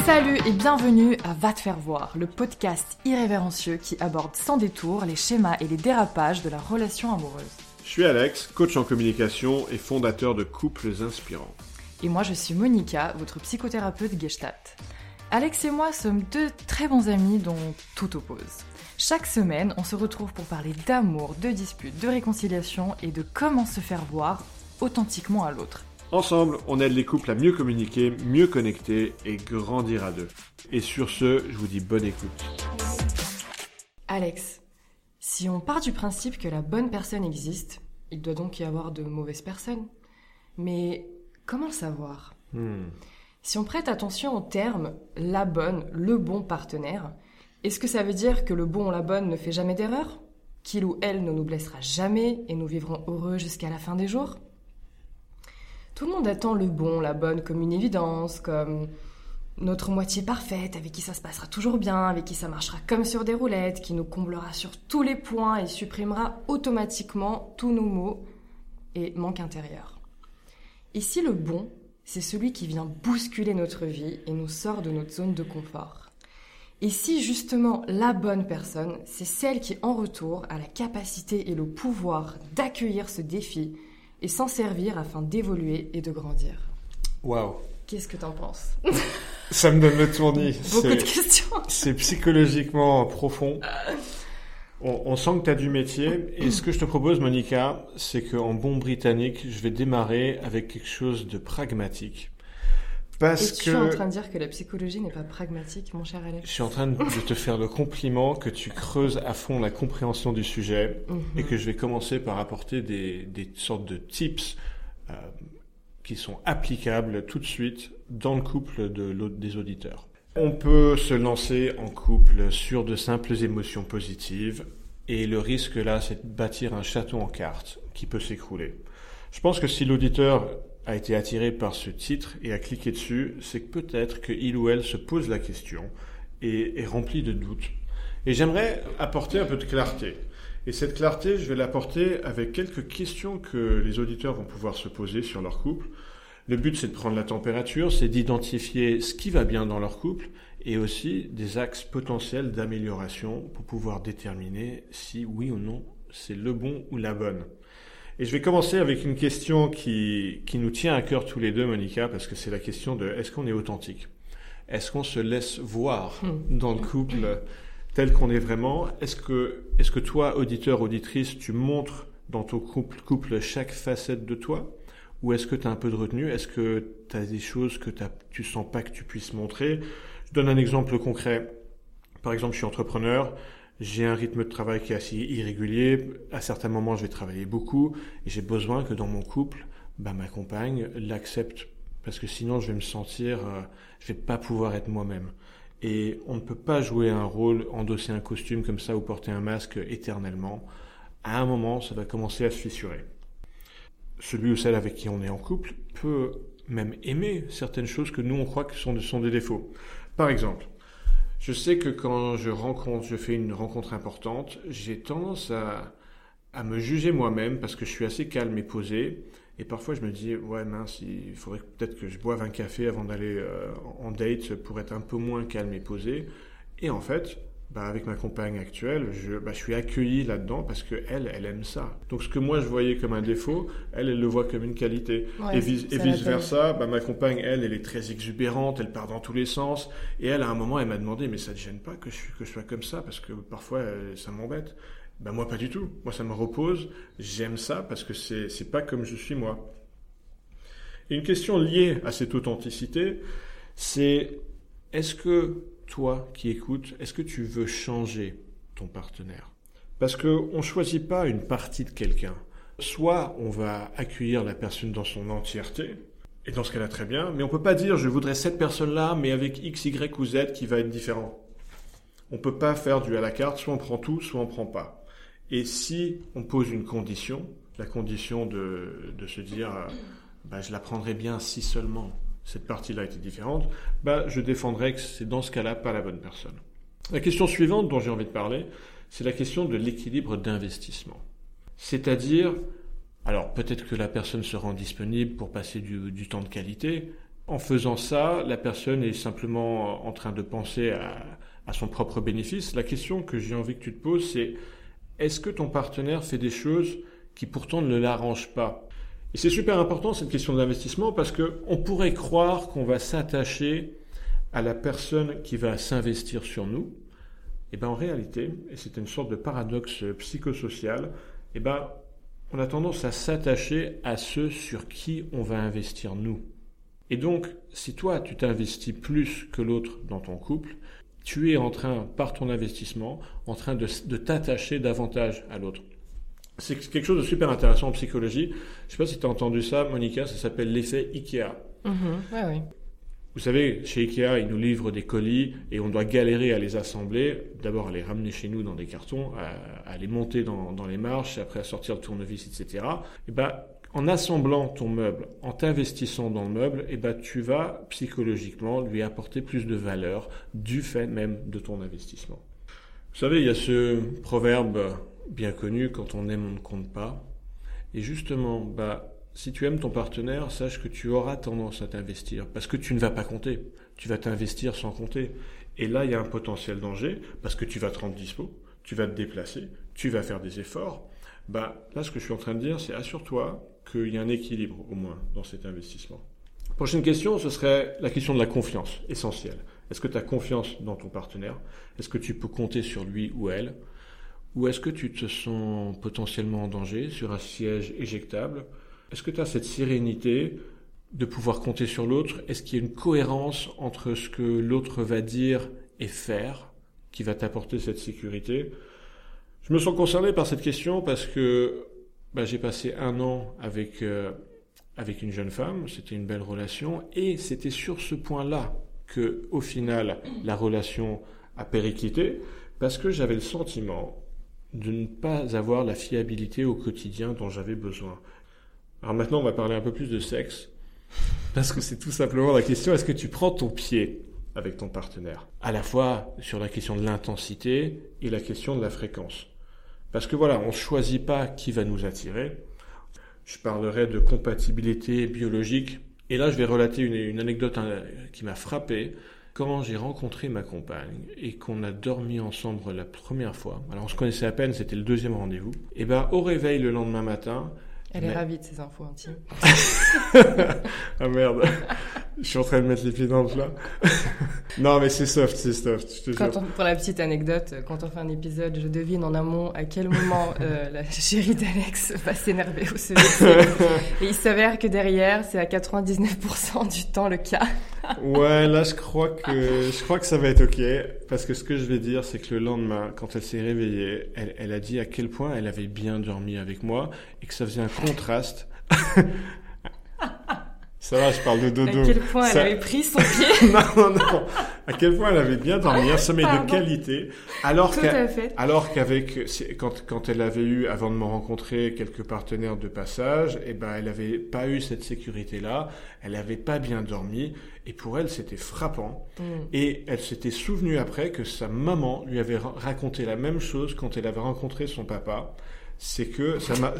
Salut et bienvenue à Va te faire voir, le podcast irrévérencieux qui aborde sans détour les schémas et les dérapages de la relation amoureuse. Je suis Alex, coach en communication et fondateur de Couples Inspirants. Et moi je suis Monica, votre psychothérapeute Gestalt. Alex et moi sommes deux très bons amis dont tout oppose. Chaque semaine, on se retrouve pour parler d'amour, de disputes, de réconciliation et de comment se faire voir authentiquement à l'autre. Ensemble, on aide les couples à mieux communiquer, mieux connecter et grandir à deux. Et sur ce, je vous dis bonne écoute. Alex, si on part du principe que la bonne personne existe, il doit donc y avoir de mauvaises personnes. Mais comment le savoir ? Si on prête attention au terme « la bonne »,« le bon partenaire », est-ce que ça veut dire que le bon ou la bonne ne fait jamais d'erreur ? Qu'il ou elle ne nous blessera jamais et nous vivrons heureux jusqu'à la fin des jours ? Tout le monde attend le bon, la bonne comme une évidence, comme notre moitié parfaite, avec qui ça se passera toujours bien, avec qui ça marchera comme sur des roulettes, qui nous comblera sur tous les points et supprimera automatiquement tous nos maux et manques intérieurs. Et si le bon, c'est celui qui vient bousculer notre vie et nous sort de notre zone de confort ? Et si justement la bonne personne, c'est celle qui en retour a la capacité et le pouvoir d'accueillir ce défi et s'en servir afin d'évoluer et de grandir. Waouh. Qu'est-ce que t'en penses ? Ça me donne le tournis. Beaucoup de questions. C'est psychologiquement profond. On sent que tu as du métier. Et ce que je te propose, Monica, c'est qu'en bon britannique, je vais démarrer avec quelque chose de pragmatique. Parce que tu es en train de dire que la psychologie n'est pas pragmatique, mon cher Alex. Je suis en train de te faire le compliment que tu creuses à fond la compréhension du sujet et que je vais commencer par apporter des sortes de tips qui sont applicables tout de suite dans le couple des auditeurs. On peut se lancer en couple sur de simples émotions positives et le risque là, c'est de bâtir un château en cartes qui peut s'écrouler. Je pense que si l'auditeur a été attiré par ce titre et a cliqué dessus, c'est que peut-être qu'il ou elle se pose la question et est rempli de doutes. Et j'aimerais apporter un peu de clarté. Et cette clarté, je vais l'apporter avec quelques questions que les auditeurs vont pouvoir se poser sur leur couple. Le but, c'est de prendre la température, c'est d'identifier ce qui va bien dans leur couple et aussi des axes potentiels d'amélioration pour pouvoir déterminer si oui ou non c'est le bon ou la bonne. Et je vais commencer avec une question qui nous tient à cœur tous les deux, Monica, parce que c'est la question de est-ce qu'on est authentique ? Est-ce qu'on se laisse voir dans le couple tel qu'on est vraiment ? Est-ce que toi, auditeur, auditrice, tu montres dans ton couple chaque facette de toi ? Ou est-ce que tu as un peu de retenue ? Est-ce que tu as des choses que tu sens pas que tu puisses montrer ? Je donne un exemple concret. Par exemple, je suis entrepreneur. J'ai un rythme de travail qui est assez irrégulier. À certains moments, je vais travailler beaucoup et j'ai besoin que dans mon couple, ma compagne l'accepte parce que sinon, je vais me sentir, je vais pas pouvoir être moi-même. Et on ne peut pas jouer un rôle, endosser un costume comme ça ou porter un masque éternellement. À un moment, ça va commencer à se fissurer. Celui ou celle avec qui on est en couple peut même aimer certaines choses que nous, on croit que sont des défauts. Par exemple, je sais que quand je fais une rencontre importante, j'ai tendance à me juger moi-même parce que je suis assez calme et posé. Et parfois, je me dis, ouais, mince, il faudrait peut-être que je boive un café avant d'aller en date pour être un peu moins calme et posé. Et en fait, avec ma compagne actuelle, je suis accueilli là-dedans parce qu'elle aime ça. Donc, ce que moi, je voyais comme un défaut, elle le voit comme une qualité. Ouais, et vice-versa, ma compagne, elle est très exubérante, elle part dans tous les sens. Et elle, à un moment, elle m'a demandé, mais ça ne te gêne pas que je sois comme ça parce que parfois, ça m'embête. Moi, pas du tout. Moi, ça me repose. J'aime ça parce que c'est pas comme je suis moi. Et une question liée à cette authenticité, c'est est-ce que toi qui écoutes, est-ce que tu veux changer ton partenaire ? Parce qu'on ne choisit pas une partie de quelqu'un. Soit on va accueillir la personne dans son entièreté, et dans ce cas-là très bien, mais on ne peut pas dire je voudrais cette personne-là, mais avec X, Y ou Z qui va être différent. On ne peut pas faire du à la carte, soit on prend tout, soit on ne prend pas. Et si on pose une condition, la condition de se dire je la prendrais bien si seulement cette partie-là était différente, je défendrais que c'est dans ce cas-là pas la bonne personne. La question suivante dont j'ai envie de parler, c'est la question de l'équilibre d'investissement. C'est-à-dire, alors peut-être que la personne se rend disponible pour passer du temps de qualité, En faisant ça, la personne est simplement en train de penser à son propre bénéfice. La question que j'ai envie que tu te poses, c'est est-ce que ton partenaire fait des choses qui pourtant ne l'arrangent pas ? Et c'est super important cette question de l'investissement parce qu'on pourrait croire qu'on va s'attacher à la personne qui va s'investir sur nous. Et en réalité, et c'est une sorte de paradoxe psychosocial, on a tendance à s'attacher à ceux sur qui on va investir nous. Et donc, si toi, tu t'investis plus que l'autre dans ton couple, tu es en train, par ton investissement, en train de t'attacher davantage à l'autre. C'est quelque chose de super intéressant en psychologie. Je ne sais pas si tu as entendu ça, Monica, ça s'appelle l'effet Ikea. Oui. Vous savez, chez Ikea, ils nous livrent des colis et on doit galérer à les assembler. D'abord à les ramener chez nous dans des cartons, à les monter dans les marches, après à sortir le tournevis, etc. En assemblant ton meuble, en t'investissant dans le meuble, tu vas psychologiquement lui apporter plus de valeur du fait même de ton investissement. Vous savez, il y a ce proverbe bien connu, quand on aime, on ne compte pas. Et justement, si tu aimes ton partenaire, sache que tu auras tendance à t'investir parce que tu ne vas pas compter. Tu vas t'investir sans compter. Et là, il y a un potentiel danger parce que tu vas te rendre dispo, tu vas te déplacer, tu vas faire des efforts. Là, ce que je suis en train de dire, c'est assure-toi qu'il y a un équilibre au moins dans cet investissement. Prochaine question, ce serait la question de la confiance, essentielle. Est-ce que tu as confiance dans ton partenaire ? Est-ce que tu peux compter sur lui ou elle ? Ou est-ce que tu te sens potentiellement en danger sur un siège éjectable ? Est-ce que tu as cette sérénité de pouvoir compter sur l'autre ? Est-ce qu'il y a une cohérence entre ce que l'autre va dire et faire qui va t'apporter cette sécurité ? Je me sens concerné par cette question parce que j'ai passé 1 an avec une jeune femme, c'était une belle relation et c'était sur ce point-là que, au final, la relation a périclité parce que j'avais le sentiment de ne pas avoir la fiabilité au quotidien dont j'avais besoin. Alors maintenant, on va parler un peu plus de sexe, parce que c'est tout simplement la question, est-ce que tu prends ton pied avec ton partenaire ? À la fois sur la question de l'intensité et la question de la fréquence. Parce que on ne choisit pas qui va nous attirer. Je parlerai de compatibilité biologique. Et là, je vais relater une anecdote qui m'a frappé. Quand j'ai rencontré ma compagne et qu'on a dormi ensemble la première fois, alors on se connaissait à peine, c'était le 2e rendez-vous, au réveil le lendemain matin... Elle est ravie de ces infos intimes. Ah merde, je suis en train de mettre les pieds dans le plat. Non mais c'est soft, je te jure. Pour la petite anecdote, quand on fait un épisode, je devine en amont à quel moment la chérie d'Alex va s'énerver ou se vexer. Et il s'avère que derrière, c'est à 99% du temps le cas. Ouais, là je crois que ça va être ok, parce que ce que je vais dire, c'est que le lendemain, quand elle s'est réveillée, elle a dit à quel point elle avait bien dormi avec moi et que ça faisait un contraste. Ça va, je parle de dodo. À quel point elle avait pris son pied. Non. À quel point elle avait bien dormi, un sommeil de qualité. Alors quand elle avait eu, avant de me rencontrer, quelques partenaires de passage, elle avait pas eu cette sécurité-là. Elle avait pas bien dormi. Et pour elle, c'était frappant. Et elle s'était souvenue après que sa maman lui avait raconté la même chose quand elle avait rencontré son papa. C'est que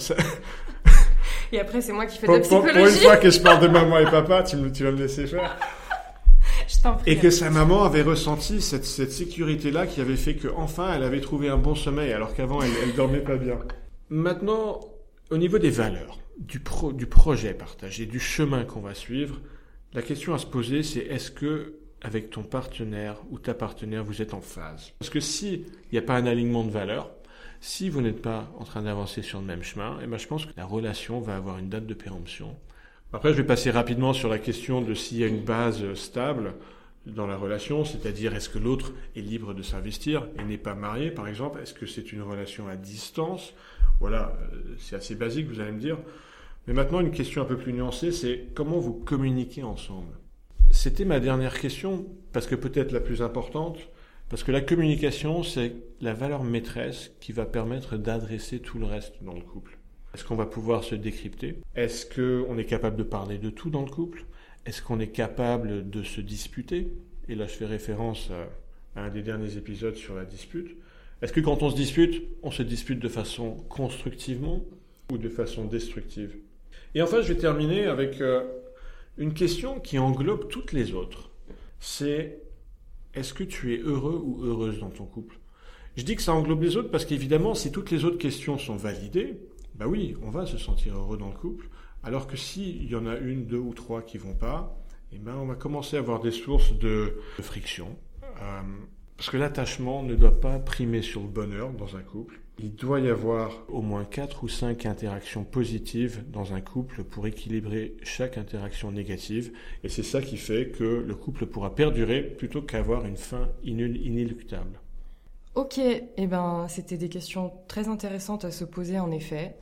Et après, c'est moi qui fais de la psychologie. Pour une fois que je parle de maman et papa, tu vas me laisser faire. Je t'en prie. Et que sa maman avait ressenti cette sécurité-là qui avait fait qu'enfin, elle avait trouvé un bon sommeil, alors qu'avant, elle dormait pas bien. Maintenant, au niveau des valeurs, du projet partagé, du chemin qu'on va suivre, la question à se poser, c'est est-ce que, avec ton partenaire ou ta partenaire, vous êtes en phase ? Parce que s'il n'y a pas un alignement de valeurs, si vous n'êtes pas en train d'avancer sur le même chemin, je pense que la relation va avoir une date de péremption. Après, je vais passer rapidement sur la question de s'il y a une base stable dans la relation, c'est-à-dire est-ce que l'autre est libre de s'investir et n'est pas marié, par exemple. Est-ce que c'est une relation à distance ? Voilà, c'est assez basique, vous allez me dire. Mais maintenant, une question un peu plus nuancée, c'est comment vous communiquez ensemble ? C'était ma dernière question, parce que peut-être la plus importante. Parce que la communication, c'est la valeur maîtresse qui va permettre d'adresser tout le reste dans le couple. Est-ce qu'on va pouvoir se décrypter ? Est-ce qu'on est capable de parler de tout dans le couple ? Est-ce qu'on est capable de se disputer ? Et là, je fais référence à un des derniers épisodes sur la dispute. Est-ce que quand on se dispute de façon constructivement ou de façon destructive ? Et enfin, je vais terminer avec Une question qui englobe toutes les autres, c'est est-ce que tu es heureux ou heureuse dans ton couple? Je dis que ça englobe les autres parce qu'évidemment, si toutes les autres questions sont validées, bah oui, on va se sentir heureux dans le couple. Alors que s'il y en a une, deux ou trois qui vont pas, eh ben on va commencer à avoir des sources de friction. Parce que l'attachement ne doit pas primer sur le bonheur dans un couple. Il doit y avoir au moins 4 ou 5 interactions positives dans un couple pour équilibrer chaque interaction négative. Et c'est ça qui fait que le couple pourra perdurer plutôt qu'avoir une fin inéluctable. Ok, eh ben, c'était des questions très intéressantes à se poser en effet.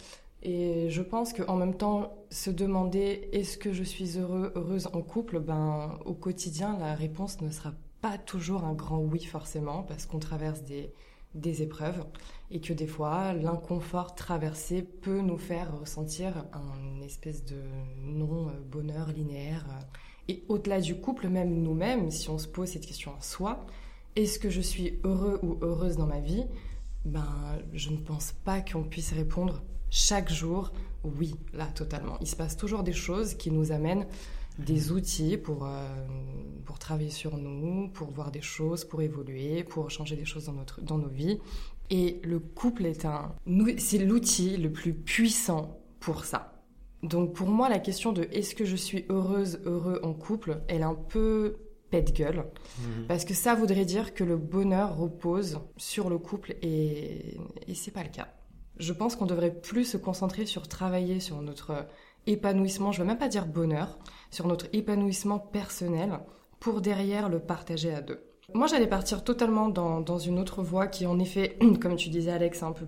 Et je pense qu'en même temps, se demander est-ce que je suis heureuse en couple, ben, au quotidien, la réponse ne sera pas toujours un grand oui forcément, parce qu'on traverse des épreuves et que des fois, l'inconfort traversé peut nous faire ressentir une espèce de non-bonheur linéaire. Et au-delà du couple, même nous-mêmes, si on se pose cette question en soi, est-ce que je suis heureux ou heureuse dans ma vie? Ben, je ne pense pas qu'on puisse répondre chaque jour oui, là, totalement. Il se passe toujours des choses qui nous amènent des outils pour travailler sur nous, pour voir des choses, pour évoluer, pour changer des choses dans nos vies. Et le couple c'est l'outil le plus puissant pour ça. Donc pour moi, la question de est-ce que je suis heureux en couple, elle est un peu pète-gueule. Parce que ça voudrait dire que le bonheur repose sur le couple et c'est pas le cas. Je pense qu'on devrait plus se concentrer sur travailler sur notre épanouissement, je ne veux même pas dire bonheur, sur notre épanouissement personnel pour derrière le partager à deux. Moi, j'allais partir totalement dans une autre voie qui, en effet, comme tu disais, Alex, est un peu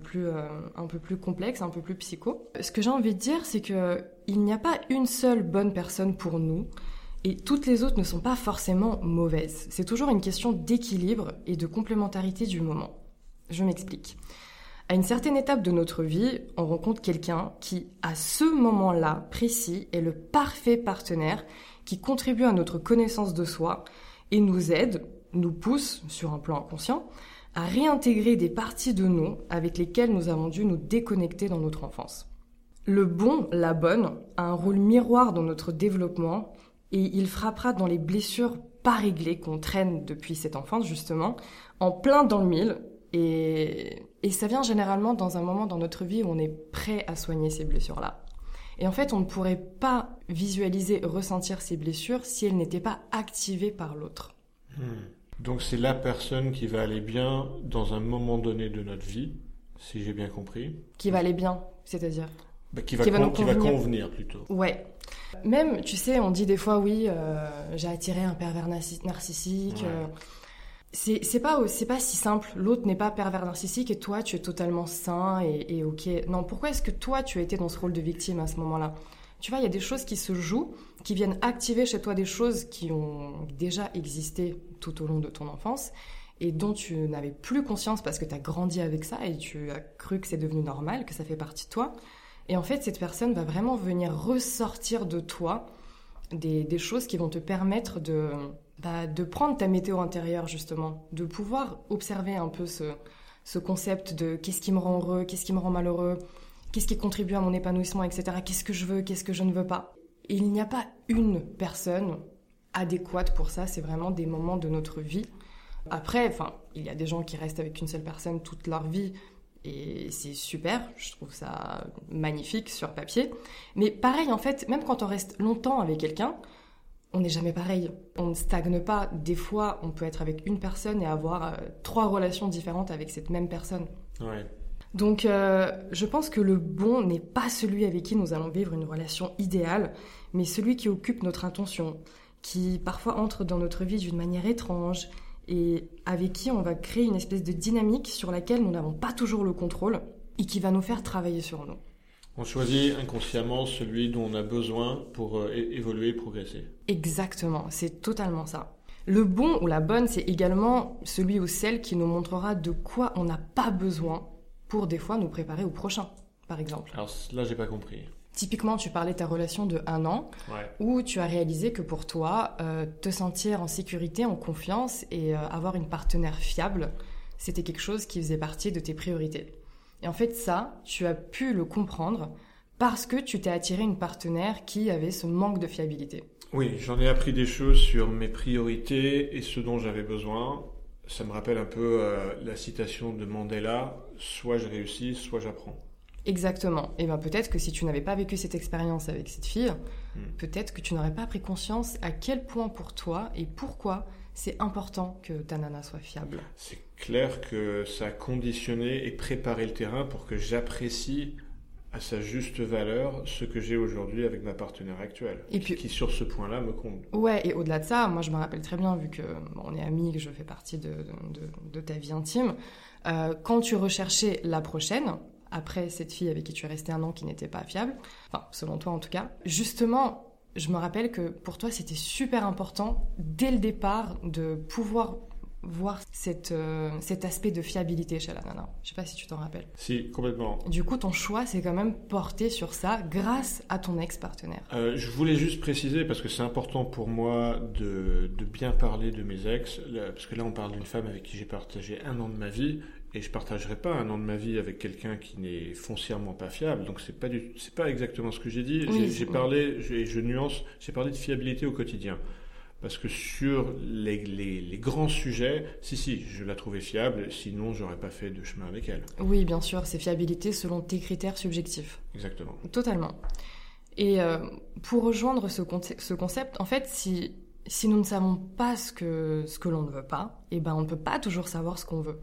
plus complexe, un peu plus psycho. Ce que j'ai envie de dire, c'est qu'il n'y a pas une seule bonne personne pour nous et toutes les autres ne sont pas forcément mauvaises. C'est toujours une question d'équilibre et de complémentarité du moment. Je m'explique. À une certaine étape de notre vie, on rencontre quelqu'un qui, à ce moment-là précis, est le parfait partenaire qui contribue à notre connaissance de soi et nous aide, nous pousse, sur un plan inconscient, à réintégrer des parties de nous avec lesquelles nous avons dû nous déconnecter dans notre enfance. Le bon, la bonne, a un rôle miroir dans notre développement et il frappera dans les blessures pas réglées qu'on traîne depuis cette enfance, justement, en plein dans le mille. Et ça vient généralement dans un moment dans notre vie où on est prêt à soigner ces blessures-là. Et en fait, on ne pourrait pas visualiser, ressentir ces blessures si elles n'étaient pas activées par l'autre. Donc c'est la personne qui va aller bien dans un moment donné de notre vie, si j'ai bien compris. Qui va aller bien, c'est-à-dire qui va convenir plutôt. Ouais. Même, tu sais, on dit des fois, oui, j'ai attiré un pervers narcissique... Ouais. C'est pas si simple. L'autre n'est pas pervers narcissique et toi, tu es totalement sain et ok. Non, pourquoi est-ce que toi, tu as été dans ce rôle de victime à ce moment-là? Tu vois, il y a des choses qui se jouent, qui viennent activer chez toi des choses qui ont déjà existé tout au long de ton enfance et dont tu n'avais plus conscience parce que tu as grandi avec ça et tu as cru que c'est devenu normal, que ça fait partie de toi. Et en fait, cette personne va vraiment venir ressortir de toi des choses qui vont te permettre de prendre ta météo intérieure, justement, de pouvoir observer un peu ce concept de qu'est-ce qui me rend heureux, qu'est-ce qui me rend malheureux, qu'est-ce qui contribue à mon épanouissement, etc. Qu'est-ce que je veux, qu'est-ce que je ne veux pas. Et il n'y a pas une personne adéquate pour ça, c'est vraiment des moments de notre vie. Après, il y a des gens qui restent avec une seule personne toute leur vie, et c'est super, je trouve ça magnifique sur papier. Mais pareil, en fait, même quand on reste longtemps avec quelqu'un, on n'est jamais pareil. On ne stagne pas. Des fois, on peut être avec une personne et avoir 3 relations différentes avec cette même personne. Ouais. Donc, je pense que le bon n'est pas celui avec qui nous allons vivre une relation idéale, mais celui qui occupe notre attention, qui parfois entre dans notre vie d'une manière étrange et avec qui on va créer une espèce de dynamique sur laquelle nous n'avons pas toujours le contrôle et qui va nous faire travailler sur nous. On choisit inconsciemment celui dont on a besoin pour évoluer et progresser. Exactement, c'est totalement ça. Le bon ou la bonne, c'est également celui ou celle qui nous montrera de quoi on n'a pas besoin pour des fois nous préparer au prochain, par exemple. Alors là, j'ai pas compris. Typiquement, tu parlais de ta relation de 1 an, où tu as réalisé que pour toi, te sentir en sécurité, en confiance et avoir une partenaire fiable, c'était quelque chose qui faisait partie de tes priorités. Et en fait, ça, tu as pu le comprendre parce que tu t'es attiré une partenaire qui avait ce manque de fiabilité. Oui, j'en ai appris des choses sur mes priorités et ce dont j'avais besoin. Ça me rappelle un peu la citation de Mandela, soit je réussis, soit j'apprends. Exactement. Et bien peut-être que si tu n'avais pas vécu cette expérience avec cette fille, peut-être que tu n'aurais pas pris conscience à quel point pour toi et pourquoi c'est important que ta nana soit fiable. C'est clair que ça a conditionné et préparé le terrain pour que j'apprécie à sa juste valeur ce que j'ai aujourd'hui avec ma partenaire actuelle, et puis, qui sur ce point-là me comble. Ouais, et au-delà de ça, moi je me rappelle très bien, vu qu'on est amis, que je fais partie de ta vie intime, quand tu recherchais la prochaine, après cette fille avec qui tu es resté 1 an qui n'était pas fiable, enfin selon toi en tout cas, justement, je me rappelle que pour toi c'était super important, dès le départ, de pouvoir voir cet aspect de fiabilité chez la nana. Je sais pas si tu t'en rappelles. Si, complètement. Du coup, ton choix s'est quand même porté sur ça grâce à ton ex-partenaire. Je voulais juste préciser, parce que c'est important pour moi de bien parler de mes ex, parce que là on parle d'une femme avec qui j'ai partagé 1 an de ma vie, et je partagerai pas 1 an de ma vie avec quelqu'un qui n'est foncièrement pas fiable, donc c'est pas exactement ce que j'ai dit. Oui, j'ai parlé, je nuance, j'ai parlé de fiabilité au quotidien. Parce que sur les grands sujets, si, je la trouvais fiable, sinon j'aurais pas fait de chemin avec elle. Oui, bien sûr, c'est fiabilité selon tes critères subjectifs. Exactement. Totalement. Et pour rejoindre ce concept, en fait, si nous ne savons pas ce que l'on ne veut pas, eh ben on ne peut pas toujours savoir ce qu'on veut.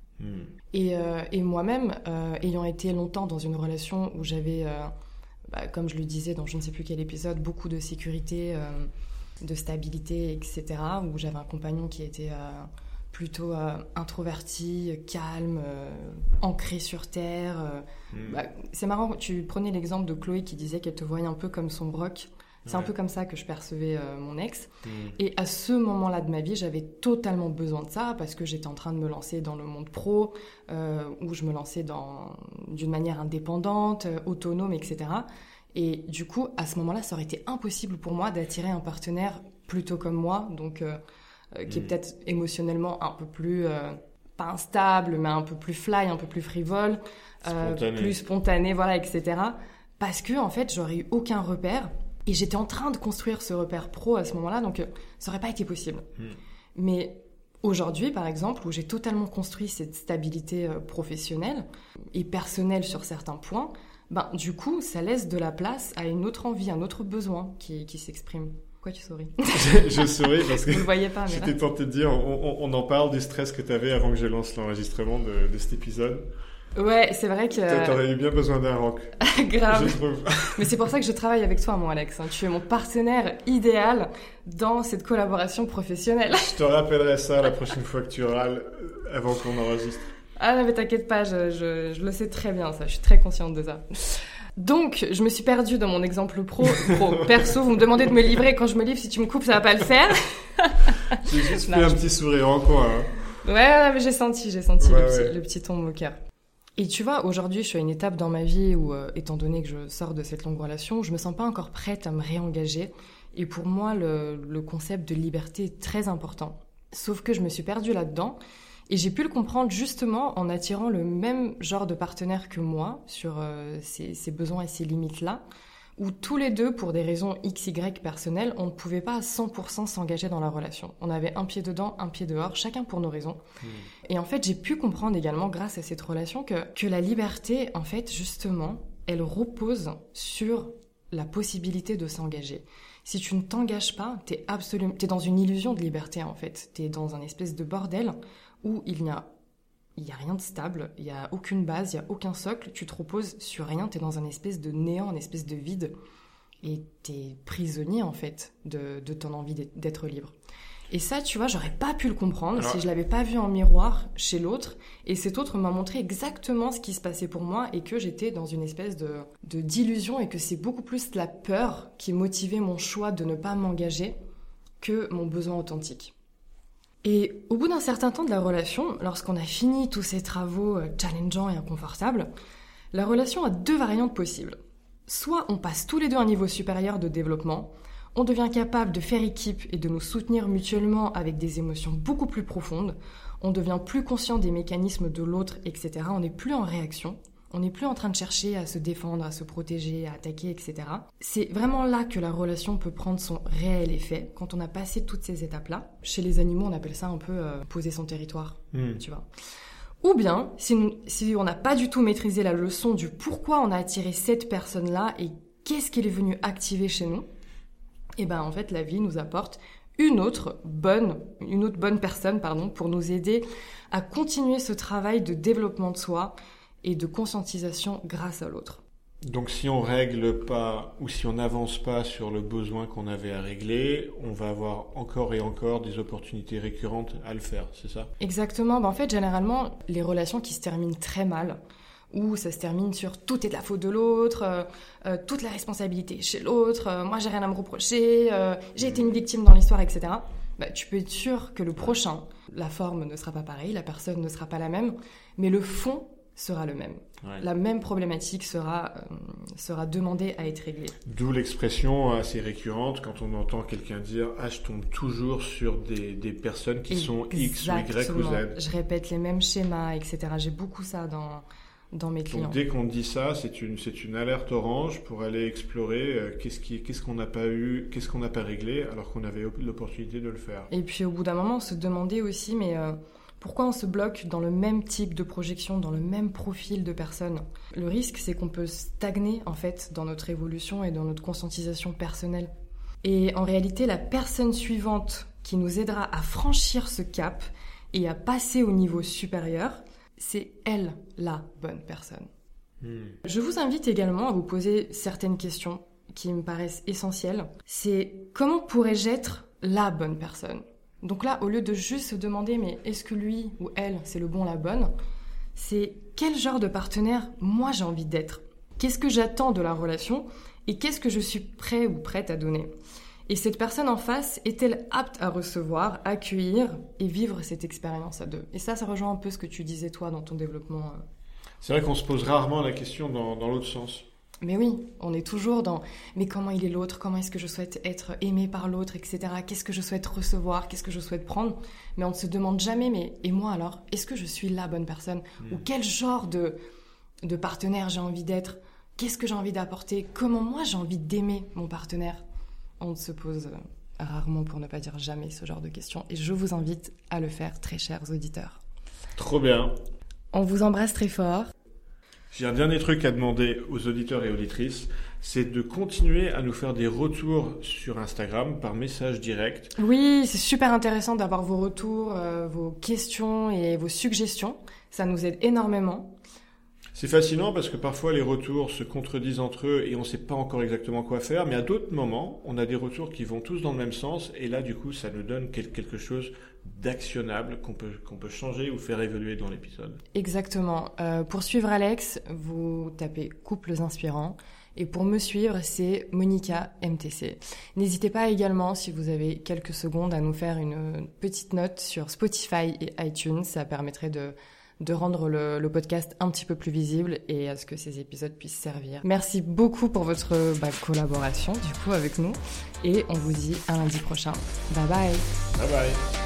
Et moi-même, ayant été longtemps dans une relation où j'avais, comme je le disais dans je ne sais plus quel épisode, beaucoup de sécurité, de stabilité, etc., où j'avais un compagnon qui était plutôt introverti, calme, ancré sur terre. C'est marrant, tu prenais l'exemple de Chloé qui disait qu'elle te voyait un peu comme son broc. C'est un peu comme ça que je percevais mon ex. Et à ce moment-là de ma vie, j'avais totalement besoin de ça parce que j'étais en train de me lancer dans le monde pro, où je me lançais d'une manière indépendante, autonome, etc. Et du coup, à ce moment-là, ça aurait été impossible pour moi d'attirer un partenaire plutôt comme moi, donc qui est peut-être émotionnellement un peu plus, pas instable, mais un peu plus fly, un peu plus frivole, plus spontané, voilà, etc. Parce que, en fait, j'aurais eu aucun repère. Et j'étais en train de construire ce repère pro à ce moment-là, donc ça n'aurait pas été possible. Mais aujourd'hui, par exemple, où j'ai totalement construit cette stabilité professionnelle et personnelle sur certains points, du coup, ça laisse de la place à une autre envie, un autre besoin qui s'exprime. Pourquoi tu souris? Je souris parce que vous le voyez pas, mais j'étais tenté de dire, on en parle du stress que tu avais avant que je lance l'enregistrement de cet épisode. Ouais, c'est vrai que... T'aurais eu bien besoin d'un rock. Grave. Je trouve. Mais c'est pour ça que je travaille avec toi, mon Alex. Tu es mon partenaire idéal dans cette collaboration professionnelle. Je te rappellerai ça la prochaine fois que tu râles avant qu'on enregistre. Ah non, mais t'inquiète pas, je le sais très bien, ça. Je suis très consciente de ça. Donc, je me suis perdue dans mon exemple pro. Perso, vous me demandez de me livrer. Quand je me livre, si tu me coupes, ça va pas le faire. J'ai juste fait un petit sourire en coin. Hein. Ouais, mais j'ai senti le petit ton moqueur. Et tu vois, aujourd'hui, je suis à une étape dans ma vie où, étant donné que je sors de cette longue relation, je me sens pas encore prête à me réengager. Et pour moi, le concept de liberté est très important. Sauf que je me suis perdue là-dedans. Et j'ai pu le comprendre justement en attirant le même genre de partenaire que moi sur ces besoins et ces limites-là, où tous les deux, pour des raisons XY personnelles, on ne pouvait pas à 100% s'engager dans la relation. On avait un pied dedans, un pied dehors, chacun pour nos raisons. Et en fait, j'ai pu comprendre également, grâce à cette relation, que la liberté, en fait, justement, elle repose sur la possibilité de s'engager. Si tu ne t'engages pas, t'es dans une illusion de liberté, en fait. T'es dans un espèce de bordel où il n'y a rien de stable, il n'y a aucune base, il n'y a aucun socle, tu te reposes sur rien, tu es dans un espèce de néant, un espèce de vide, et tu es prisonnier, en fait, de ton envie d'être libre. Et ça, tu vois, j'aurais pas pu le comprendre si je l'avais pas vu en miroir chez l'autre, et cet autre m'a montré exactement ce qui se passait pour moi, et que j'étais dans une espèce de d'illusion, et que c'est beaucoup plus la peur qui motivait mon choix de ne pas m'engager que mon besoin authentique. Et au bout d'un certain temps de la relation, lorsqu'on a fini tous ces travaux challengeants et inconfortables, la relation a 2 variantes possibles. Soit on passe tous les deux à un niveau supérieur de développement, on devient capable de faire équipe et de nous soutenir mutuellement avec des émotions beaucoup plus profondes, on devient plus conscient des mécanismes de l'autre, etc. On n'est plus en réaction, On n'est plus en train de chercher à se défendre, à se protéger, à attaquer, etc. C'est vraiment là que la relation peut prendre son réel effet, quand on a passé toutes ces étapes-là. Chez les animaux, on appelle ça un peu poser son territoire, tu vois. Ou bien, si on n'a pas du tout maîtrisé la leçon du pourquoi on a attiré cette personne-là et qu'est-ce qu'elle est venue activer chez nous, et ben en fait, la vie nous apporte une autre bonne personne, pour nous aider à continuer ce travail de développement de soi et de conscientisation grâce à l'autre. Donc si on règle pas ou si on n'avance pas sur le besoin qu'on avait à régler, on va avoir encore et encore des opportunités récurrentes à le faire, c'est ça ? Exactement. En fait, généralement, les relations qui se terminent très mal, où ça se termine sur tout est de la faute de l'autre, toute la responsabilité est chez l'autre, moi j'ai rien à me reprocher, j'ai été une victime dans l'histoire, etc. Tu peux être sûr que le prochain, la forme ne sera pas pareille, la personne ne sera pas la même, mais le fond sera le même. Ouais. La même problématique sera demandée à être réglée. D'où l'expression assez récurrente quand on entend quelqu'un dire « Ah, je tombe toujours sur des personnes qui sont X ou Y ou Z ». Je répète les mêmes schémas, etc. J'ai beaucoup ça dans mes clients. Donc dès qu'on dit ça, c'est une alerte orange pour aller explorer qu'est-ce qu'on n'a pas eu, qu'est-ce qu'on n'a pas réglé alors qu'on avait l'opportunité de le faire. Et puis au bout d'un moment, se demander aussi, mais pourquoi on se bloque dans le même type de projection, dans le même profil de personne ? Le risque, c'est qu'on peut stagner en fait dans notre évolution et dans notre conscientisation personnelle. Et en réalité, la personne suivante qui nous aidera à franchir ce cap et à passer au niveau supérieur, c'est elle, la bonne personne. Je vous invite également à vous poser certaines questions qui me paraissent essentielles. C'est comment pourrais-je être la bonne personne ? Donc là, au lieu de juste se demander mais est-ce que lui ou elle, c'est le bon, la bonne ? C'est quel genre de partenaire moi j'ai envie d'être ? Qu'est-ce que j'attends de la relation ? Et qu'est-ce que je suis prêt ou prête à donner ? Et cette personne en face, est-elle apte à recevoir, accueillir et vivre cette expérience à deux ? Et ça rejoint un peu ce que tu disais toi dans ton développement. C'est vrai qu'on se pose rarement la question dans l'autre sens. Mais oui, on est toujours dans « mais comment il est l'autre ? Comment est-ce que je souhaite être aimé par l'autre, etc. Qu'est-ce que je souhaite recevoir ? Qu'est-ce que je souhaite prendre ?» Mais on ne se demande jamais « mais et moi alors ? Est-ce que je suis la bonne personne ? Ou quel genre de partenaire j'ai envie d'être ? Qu'est-ce que j'ai envie d'apporter ? Comment moi j'ai envie d'aimer mon partenaire ?» On ne se pose rarement, pour ne pas dire jamais, ce genre de questions. Et je vous invite à le faire, très chers auditeurs. Trop bien. On vous embrasse très fort. J'ai un dernier truc à demander aux auditeurs et auditrices, c'est de continuer à nous faire des retours sur Instagram par message direct. Oui, c'est super intéressant d'avoir vos retours, vos questions et vos suggestions. Ça nous aide énormément. C'est fascinant parce que parfois les retours se contredisent entre eux et on ne sait pas encore exactement quoi faire, mais à d'autres moments, on a des retours qui vont tous dans le même sens et là, du coup, ça nous donne quelque chose d'actionnable qu'on peut changer ou faire évoluer dans l'épisode. Exactement. Pour suivre Alex, vous tapez « Couples inspirants » et pour me suivre, c'est Monica MTC. N'hésitez pas également, si vous avez quelques secondes, à nous faire une petite note sur Spotify et iTunes. Ça permettrait de rendre le podcast un petit peu plus visible et à ce que ces épisodes puissent servir. Merci beaucoup pour votre collaboration du coup avec nous et on vous dit à lundi prochain. Bye bye. Bye bye.